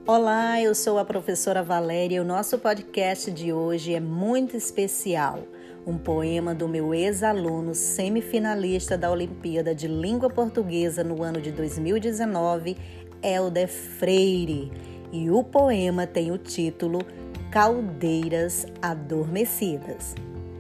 Olá, eu sou a professora Valéria e o nosso podcast de hoje é muito especial. Um poema do meu ex-aluno semifinalista da Olimpíada de Língua Portuguesa no ano de 2019, Helder Freire. E o poema tem o título Caldeiras Adormecidas.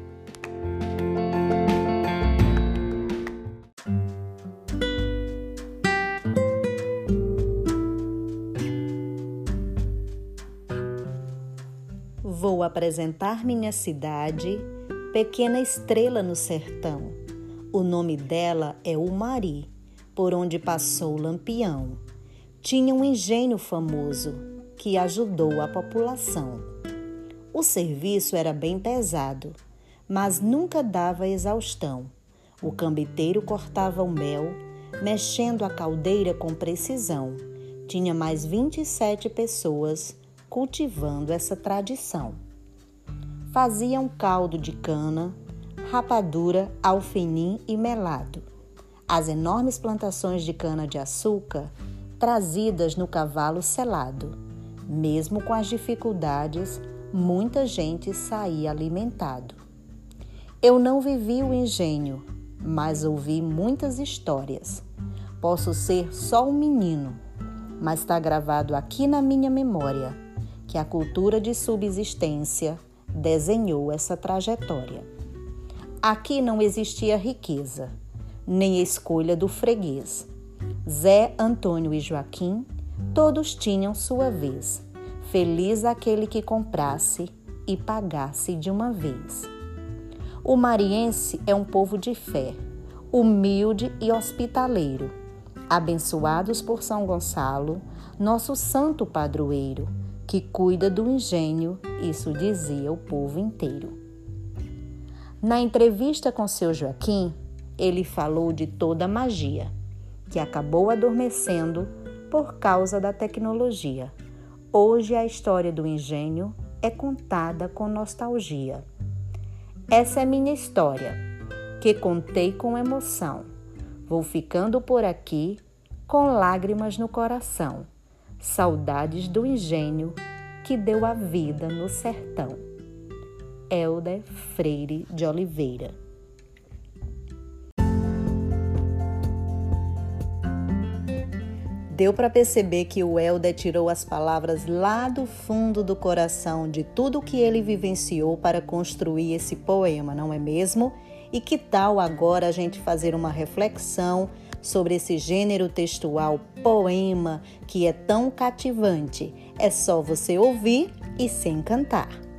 Vou apresentar minha cidade, pequena estrela no sertão. O nome dela é Umari, por onde passou o Lampião. Tinha um engenho famoso que ajudou a população. O serviço era bem pesado, mas nunca dava exaustão. O cambiteiro cortava o mel, mexendo a caldeira com precisão. Tinha mais 27 pessoas cultivando essa tradição. Faziam caldo de cana, rapadura, alfenim e melado. As enormes plantações de cana-de-açúcar trazidas no cavalo selado. Mesmo com as dificuldades, muita gente saía alimentado. Eu não vivi o engenho, mas ouvi muitas histórias. Posso ser só um menino, mas está gravado aqui na minha memória que a cultura de subsistência desenhou essa trajetória. Aqui não existia riqueza, nem escolha do freguês. Zé, Antônio e Joaquim, todos tinham sua vez. Feliz aquele que comprasse e pagasse de uma vez. O mariense é um povo de fé, humilde e hospitaleiro, abençoados por São Gonçalo, nosso santo padroeiro, que cuida do engenho, isso dizia o povo inteiro. Na entrevista com seu Joaquim, ele falou de toda a magia, que acabou adormecendo por causa da tecnologia. Hoje a história do engenho é contada com nostalgia. Essa é minha história, que contei com emoção. Vou ficando por aqui com lágrimas no coração. Saudades do engenho que deu a vida no sertão. Helder Freire de Oliveira. Deu para perceber que o Helder tirou as palavras lá do fundo do coração de tudo que ele vivenciou para construir esse poema, não é mesmo? E que tal agora a gente fazer uma reflexão sobre esse gênero textual poema que é tão cativante? É só você ouvir e se encantar.